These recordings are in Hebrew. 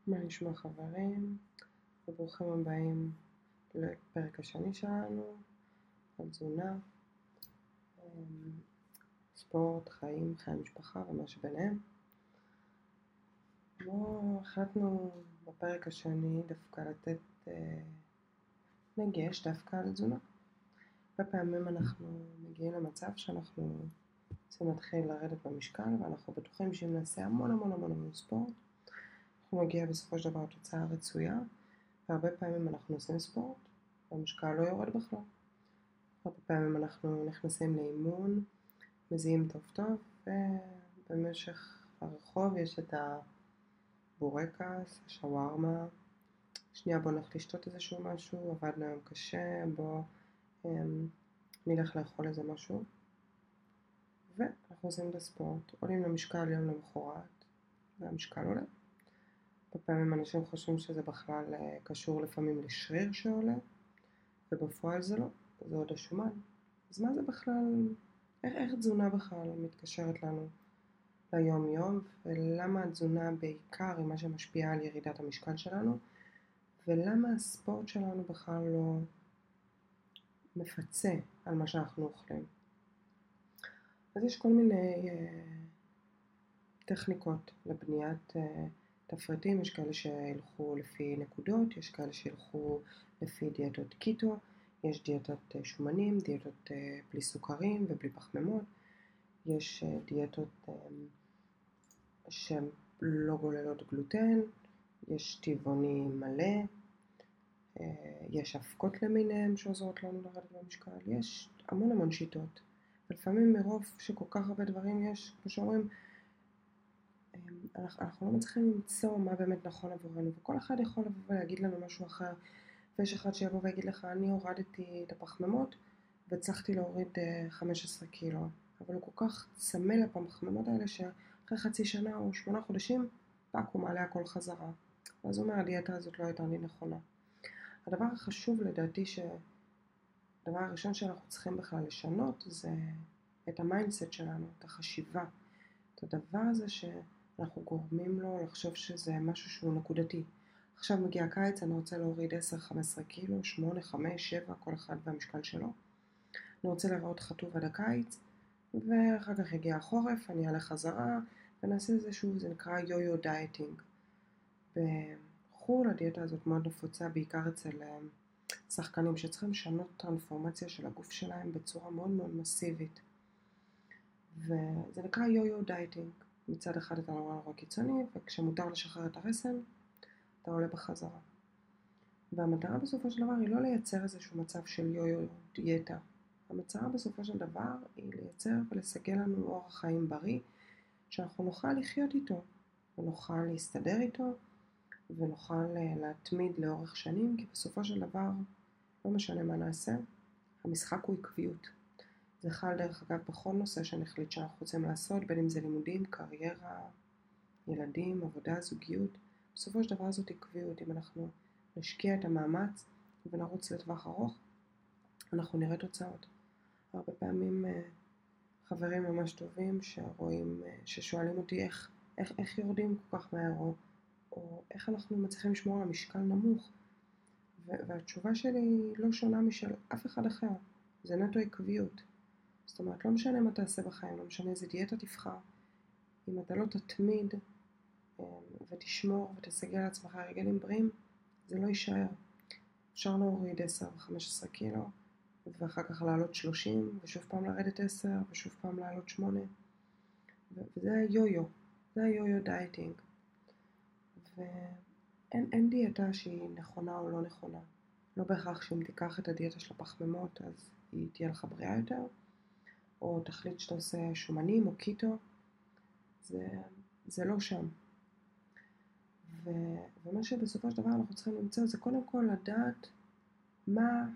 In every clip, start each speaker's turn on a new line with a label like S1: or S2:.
S1: מה נשמע חברים? וברוכים הבאים לפרק השני שלנו על תזונה, ספורט, חיים, חיי משפחה ומה שביניהם. החלטנו בפרק השני דווקא לתת דגש דווקא על תזונה. הרבה פעמים אנחנו מגיעים למצב שאנחנו רוצים להתחיל לרדת במשקל, ואנחנו בטוחים שאם נעשה המון ספורט, אנחנו נגיע בסופו של דבר תוצאה רצויה, והרבה פעמים אנחנו עושים ספורט, והמשקל לא יורד בכלל. הרבה פעמים אנחנו נכנסים לאימון, מזיעים טוב, ובמשך הרחוב יש את הבורקס, השווארמה, שנייה בוא נלך לשתות איזשהו משהו, עבדנו היום קשה, בוא נלך לאכול איזה משהו, ואנחנו עושים את הספורט, עולים למשקל יום למחרת, והמשקל עולה. בפעמים אנשים חושבים שזה בכלל קשור לפעמים לשריר שעולה, ובפועל זה לא, זה עוד השומן. אז מה זה בכלל, איך תזונה בכלל מתקשרת לנו ליום יום, ולמה התזונה בעיקר היא מה שמשפיעה על ירידת המשקל שלנו, ולמה הספורט שלנו בכלל לא מפצה על מה שאנחנו אוכלים. אז יש כל מיני טכניקות לבניית תפריטים, יש כאלה שילכו לפי נקודות, יש כאלה שילכו לפי דיאטות קיטו, יש דיאטות שומנים, דיאטות בלי סוכרים ובלי פחמימות, יש דיאטות שהן לא גוללות גלוטן, יש טבעוני מלא, יש אבקות למיניהם שעוזרות לנו לרדת במשקל, יש המון שיטות. ולפעמים מרוב שכל כך הרבה דברים יש, כמו שאומרים, אנחנו לא מצליחים למצוא מה באמת נכון עבורנו, וכל אחד יכול לבוא ולהגיד לנו משהו אחר, ויש אחד שיבוא ויגיד לך, אני הורדתי את הפחמימות, והצלחתי להוריד 15 קילו, אבל הוא כל כך צמא לפחמימות האלה, שאחרי חצי שנה או 8 חודשים, פאק הוא מעלה הכל חזרה. אז הוא אומר, הדיאטה הזאת לא הייתה לי נכונה. הדבר החשוב לדעתי, הדבר הראשון שאנחנו צריכים בכלל לשנות, זה את המיינדסט שלנו, את החשיבה, את הדבר הזה שאנחנו גורמים לו לחשוב שזה משהו שהוא נקודתי. עכשיו מגיע הקיץ, אני רוצה להוריד 10-15 קילו, 8, 5, 7, כל אחד והמשקל שלו. אני רוצה להיראות חטוב עד הקיץ, ואחר כך יגיע החורף, אני אעלה חזרה, ונעשה איזשהו, זה נקרא יו-יו דייטינג. בחו"ל הדיאטה הזאת מאוד נפוצה, בעיקר אצל שחקנים שצריכים לשנות טרנספורמציה של הגוף שלהם בצורה מאוד מסיבית. וזה נקרא יו-יו דייטינג. מצד אחד אתה נורא קיצוני, וכשמותר לשחרר את הרסן, אתה עולה בחזרה. והמטרה בסופו של דבר היא לא לייצר איזשהו מצב של יו-יו דיאטה. המטרה בסופו של דבר היא לייצר ולסגל לנו אורח חיים בריא, שאנחנו נוכל לחיות איתו, ונוכל להסתדר איתו, ונוכל להתמיד לאורך שנים, כי בסופו של דבר, לא משנה מה נעשה, המשחק הוא עקביות. זה חל דרך אגב בכל נושא שנחליט שאנחנו רוצים לעשות, בין אם זה לימודים, קריירה, ילדים, עבודה, זוגיות. בסופו של דבר זאת עקביות. אם אנחנו נשקיע את המאמץ ונרוץ לטווח ארוך, אנחנו נראה תוצאות. הרבה פעמים חברים ממש טובים ששואלים אותי איך יורדים כל כך מהר, או איך אנחנו מצליחים לשמור על משקל נמוך. והתשובה שלי היא לא שונה משל אף אחד אחר. זה נטו עקביות. זאת אומרת, לא משנה מה תעשה בחיים, לא משנה איזה דיאטה תבחר. אם אתה לא תתמיד ותשמור ותסגל לעצמך רגלים בריאים, זה לא יישאר. אפשר להוריד 10 ו-15 קילו, ואחר כך לעלות 30, ושוב פעם לרדת 10, ושוב פעם לעלות 8. וזה היו-יו, זה היו-יו דייטינג. ואין דיאטה שהיא נכונה או לא נכונה. לא בהכרח שאם תיקח את הדיאטה של הפחמימות, אז היא תהיה לך בריאה יותר, או תחליט שאתה עושה שומנים או קיטו, זה לא שם. ומה שבסופו של דבר אנחנו צריכים למצוא זה קודם כל לדעת מה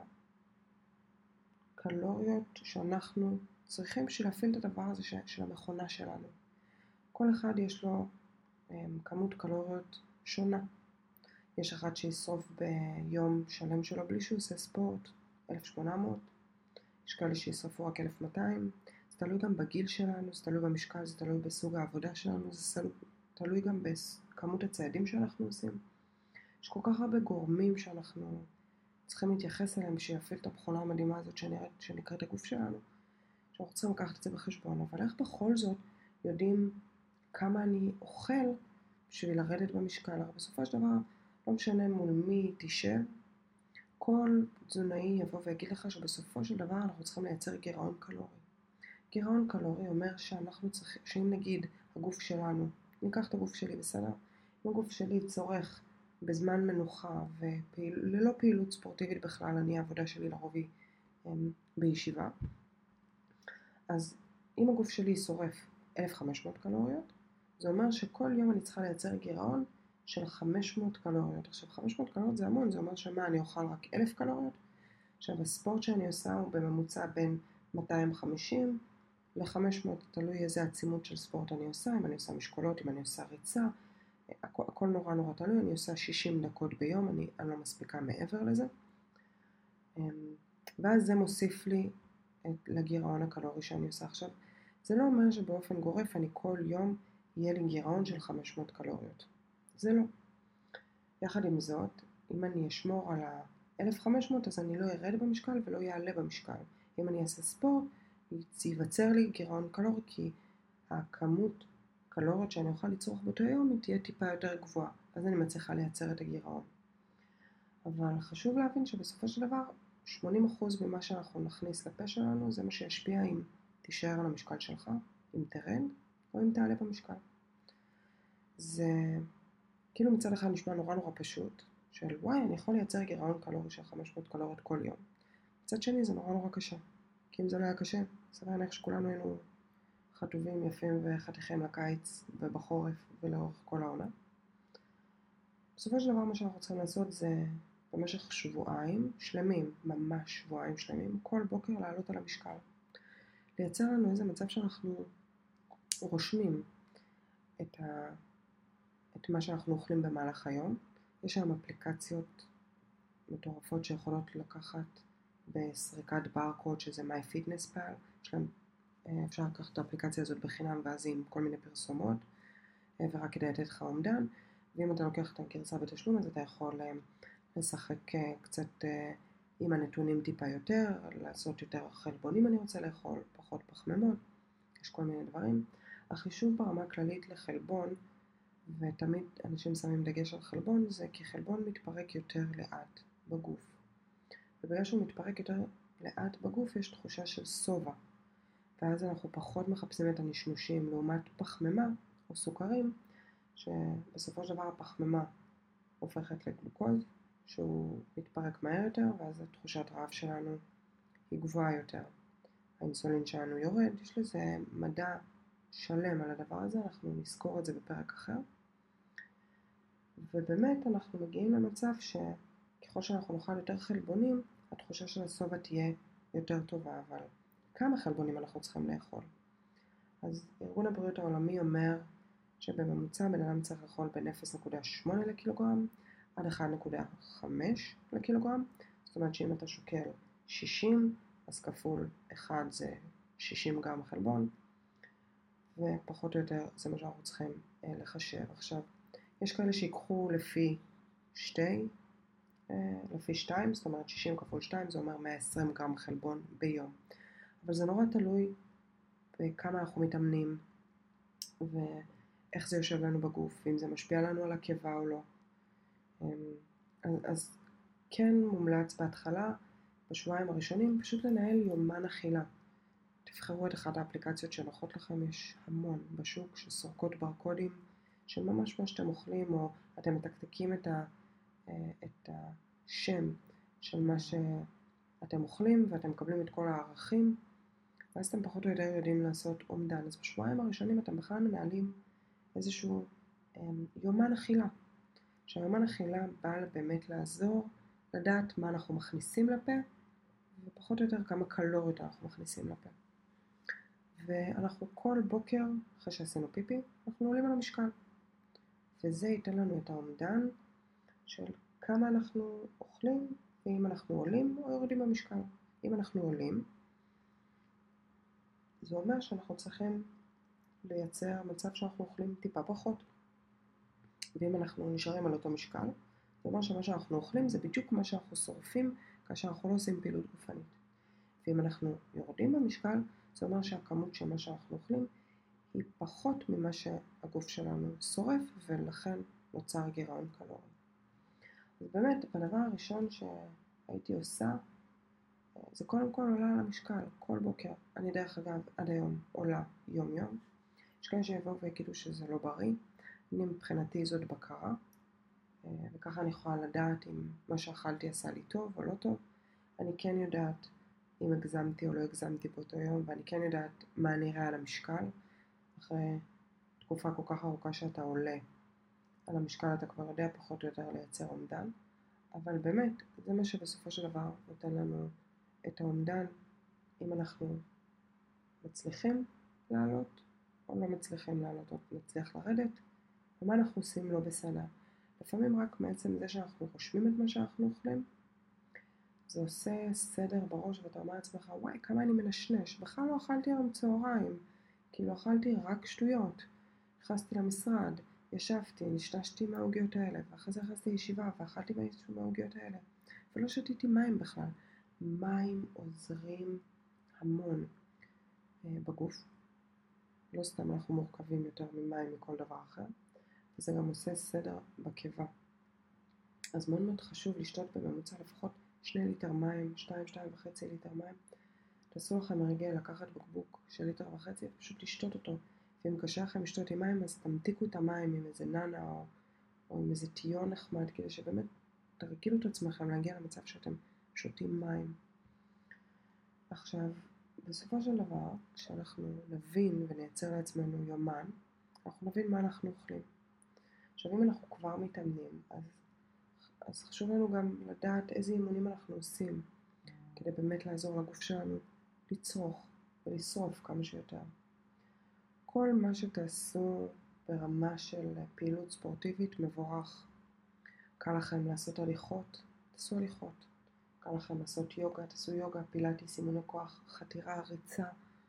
S1: הקלוריות שאנחנו צריכים בשביל להפעיל את הדבר הזה של המכונה שלנו. כל אחד יש לו כמות קלוריות שונה. יש אחד שישרוף ביום שלם שלו בלי שהוא עושה ספורט, 1800, יש כאלה שישרפו רק 1200, זה תלוי גם בגיל שלנו, זה תלוי במשקל, זה תלוי בסוג העבודה שלנו, זה תלוי גם כמות הצעדים שאנחנו עושים. יש כל כך הרבה גורמים שאנחנו צריכים להתייחס אליהם שיפעיל את המכונה המדהימה הזאת שנקראת הגוף שלנו, שאנחנו צריכים לקחת את זה בחשבון. אבל איך בכל זאת יודעים כמה אני אוכל בשביל לרדת במשקל? הרי בסופו של דבר, לא משנה מול מי תשב, כל תזונאי יבוא ויגיד לך שבסופו של דבר אנחנו צריכים לייצר גירעון קלורי. גירעון קלורי אומר שאנחנו צריכים, שאם נגיד הגוף שלנו, ניקח את הגוף שלי, בסדר? אם הגוף שלי צורך בזמן מנוחה וללא פעילות ספורטיבית בכלל, העבודה שלי לרוב היא בישיבה, אז אם הגוף שלי שורף 1500 קלוריות, זה אומר שכל יום אני צריכה לייצר גירעון של 500 קלוריות. עכשיו 500 קלוריות זה המון, זה אומר שמה, אני אוכל רק 1000 קלוריות? עכשיו הספורט שאני עושה הוא בממוצע בין 250 ל-500, תלוי איזה עצימות של ספורט אני עושה, אם אני עושה משקולות, אם אני עושה ריצה, הכל נורא נורא תלוי, אני עושה 60 דקות ביום, אני לא מספיקה מעבר לזה. ואז זה מוסיף לי לגירעון הקלורי שאני עושה. עכשיו, זה לא אומר שבאופן גורף אני כל יום יהיה לי גירעון של 500 קלוריות. זה לא. יחד עם זאת, אם אני אשמור על ה-1500, אז אני לא ארד במשקל ולא יעלה במשקל. אם אני אעשה ספורט, ייווצר לי גירעון קלורי, כי הכמות קלוריות שאני אוכל לצרוך באותו יום היא תהיה טיפה יותר גבוהה. אז אני מצליחה לייצר את הגירעון. אבל חשוב להבין שבסופו של דבר, 80% ממה שאנחנו נכניס לפה שלנו, זה מה שישפיע אם תישאר על המשקל שלך, אם תרד, או אם תעלה במשקל. זה כאילו מצד אחד נשמע נורא נורא פשוט, של וואי, אני יכול לייצר גירעון קלורי של 500 קלוריות כל יום. מצד שני זה נורא נורא קשה, כי אם זה לא היה קשה, סביר להניח שכולנו היינו חטובים, יפים וחתיכים לקיץ ובחורף ולאורך כל העונה. בסופו של דבר מה שאנחנו צריכים לעשות זה במשך שבועיים שלמים, ממש שבועיים שלמים, כל בוקר לעלות על המשקל. לייצר לנו איזה מצב שאנחנו רושמים את מה שאנחנו אוכלים במהלך היום. יש שם אפליקציות מטורפות שיכולות לקחת בסריקת ברקוד, שזה MyFitnessPal. אפשר לקחת את האפליקציה הזאת בחינם ואז עם כל מיני פרסומות, ורק כדי לתת לך אומדן. ואם אתה לוקח את הגרסה בתשלום, אז אתה יכול לשחק קצת עם הנתונים טיפה יותר, לעשות יותר חלבונים אני רוצה לאכול, פחות פחמימות, יש כל מיני דברים. החישוב ברמה הכללית לחלבון, ותמיד אנשים שמים דגש על חלבון, זה כי חלבון מתפרק יותר לאט בגוף. ובגלל שהוא מתפרק יותר לאט בגוף, יש תחושה של סובה. ואז אנחנו פחות מחפשים את הנשנושים, לעומת פחמימה או סוכרים, שבסופו של דבר הפחמימה הופכת לגלוקוז, שהוא מתפרק מהר יותר, ואז התחושת רעב שלנו היא גבוהה יותר. האינסולין שלנו יורד, יש לזה מדע שלם על הדבר הזה, אנחנו נזכור את זה בפרק אחר. ובאמת אנחנו מגיעים למצב שככל שאנחנו נאכל יותר חלבונים, התחושה של הסובה תהיה יותר טובה, אבל כמה חלבונים אנחנו צריכים לאכול? אז ארגון הבריאות העולמי אומר שבממוצע בן אדם צריך לאכול בין 0.8 לקילוגרם עד 1.5 לקילוגרם. זאת אומרת שאם אתה שוקל 60, אז כפול 1 זה 60 גרם חלבון, ופחות או יותר זה מה שאנחנו צריכים לחשב. עכשיו, יש כאלה שיקחו לפי 2, זאת אומרת 60 כפול 2 זה אומר 120 גרם חלבון ביום. אבל זה נורא תלוי בכמה אנחנו מתאמנים, ואיך זה יושב לנו בגוף, ואם זה משפיע לנו על הקיבה או לא. אז כן מומלץ בהתחלה, בשבועיים הראשונים, פשוט לנהל יומן אכילה. תבחרו את אחת האפליקציות שנוחות לכם, יש המון בשוק שסורקות ברקודים, של ממש מה שאתם אוכלים, או אתם מתקתקים את השם של מה שאתם אוכלים, ואתם מקבלים את כל הערכים, ואז אתם פחות או יותר יודעים לעשות אומדן. אז בשבועיים הראשונים אתם בכלל מנהלים איזשהו יומן אכילה. שהיומן אכילה בא באמת לעזור לדעת מה אנחנו מכניסים לפה, ופחות או יותר כמה קלוריות אנחנו מכניסים לפה. ואנחנו כל בוקר, אחרי שעשינו פיפי, אנחנו עולים על המשקל. וזה ייתן לנו את האומדן של כמה אנחנו אוכלים, ואם אנחנו עולים או יורדים במשקל. אם אנחנו עולים, זה אומר שאנחנו צריכים לייצר מצב שאנחנו אוכלים טיפה פחות. ואם אנחנו נשארים על אותו משקל, זה אומר שמה שאנחנו אוכלים זה בדיוק מה שאנחנו שורפים כאשר אנחנו לא עושים פעילות גופנית. ואם אנחנו יורדים במשקל, זה אומר שהכמות של מה שאנחנו אוכלים היא פחות ממה שהגוף שלנו שורף, ולכן נוצר גירעון קלורי. אז באמת, הדבר הראשון שהייתי עושה, זה קודם כל עולה על המשקל, כל בוקר. אני דרך אגב עד היום עולה יום יום. יש כאלה שיבואו ויגידו שזה לא בריא. אני מבחינתי זאת בקרה, וככה אני יכולה לדעת אם מה שאכלתי עשה לי טוב או לא טוב. אני כן יודעת אם הגזמתי או לא הגזמתי באותו יום, ואני כן יודעת מה נראה על המשקל. אחרי תקופה כל כך ארוכה שאתה עולה על המשקל, אתה כבר יודע פחות או יותר לייצר אומדן. אבל באמת, זה מה שבסופו של דבר נותן לנו את האומדן, אם אנחנו מצליחים לעלות או לא מצליחים לעלות, או נצליח לרדת, ומה אנחנו עושים לא בסדר. לפעמים רק מעצם זה שאנחנו רושמים את מה שאנחנו אוכלים, זה עושה סדר בראש, ואתה אומר לעצמך, וואי, כמה אני מנשנש, בכלל לא אכלתי היום צהריים, כאילו אכלתי רק שטויות. נכנסתי למשרד, ישבתי, נשנשתי מהעוגיות האלה, ואחרי זה נכנסתי לישיבה ואכלתי מהעוגיות האלה, ולא שתיתי מים בכלל. מים עוזרים המון בגוף. לא סתם אנחנו מורכבים יותר ממים מכל דבר אחר, וזה גם עושה סדר בקיבה. אז מאוד מאוד חשוב לשתות בממוצע לפחות 2 ליטר מים, 2-2.5 ליטר מים. תעשו לכם הרגל לקחת בקבוק של 1.5 ליטר ופשוט לשתות אותו. ואם קשה לכם לשתות עם מים, אז תמתיקו את המים עם איזה ננה או עם איזה טיון נחמד, כדי שבאמת תרגילו את עצמכם להגיע למצב שאתם שותים מים. עכשיו, בסופו של דבר, כשאנחנו נבין ונייצר לעצמנו יומן, אנחנו נבין מה אנחנו אוכלים. עכשיו, אם אנחנו כבר מתאמנים, אז חשוב לנו גם לדעת איזה אימונים אנחנו עושים, כדי באמת לעזור לגוף שלנו לצרוך ולשרוף כמה שיותר. כל מה שתעשו ברמה של פעילות ספורטיבית מבורך. קל לכם לעשות הליכות, תעשו הליכות. קל לכם לעשות יוגה, תעשו יוגה, פילאטיס, אימוני כוח, חתירה, ריצה.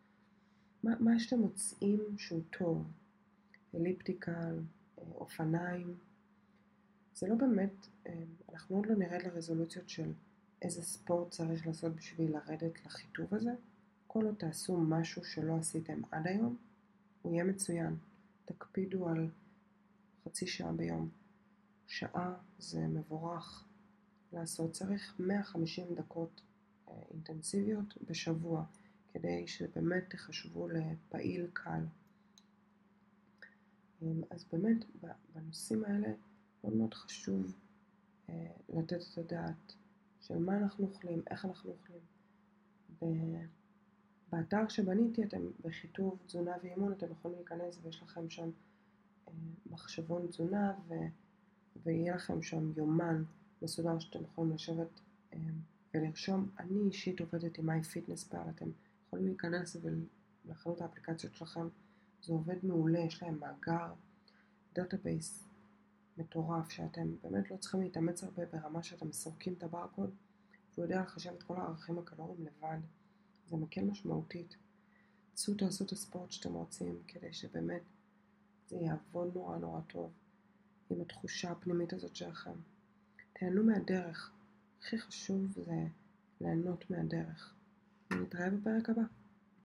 S1: מה שאתם מוצאים שהוא טוב, אליפטיקל, אופניים, זה לא באמת, אנחנו עוד לא נרד לרזולוציות של איזה ספורט צריך לעשות בשביל לרדת לחיטוב הזה. כל עוד תעשו משהו שלא עשיתם עד היום, הוא יהיה מצוין. תקפידו על חצי שעה ביום. שעה זה מבורך לעשות. צריך 150 דקות אינטנסיביות בשבוע, כדי שבאמת תחשבו לפעיל קל. אז באמת בנושאים האלה מאוד מאוד חשוב לתת את הדעת של מה אנחנו אוכלים, איך אנחנו אוכלים. באתר שבניתי, אתם בחיטוב תזונה ואימון, אתם יכולים להיכנס ויש לכם שם מחשבון תזונה, ויהיה לכם שם יומן מסודר שאתם יכולים לשבת ולרשום. אני אישית עובדת עם MyFitnessPal, אתם יכולים להיכנס ולחלק את האפליקציות שלכם. זה עובד מעולה, יש להם מאגר, דאטאבייס מטורף, שאתם באמת לא צריכים להתאמץ הרבה, ברמה שאתם מסורקים את הברקוד, והוא יודע לחשב את כל הערכים הקלוריים לבד. זה מקל משמעותית. תעשו את הספורט שאתם רוצים, כדי שבאמת זה יעבוד נורא נורא טוב עם התחושה הפנימית הזאת שלכם. תהנו מהדרך. הכי חשוב זה ליהנות מהדרך. נתראה בפרק הבא.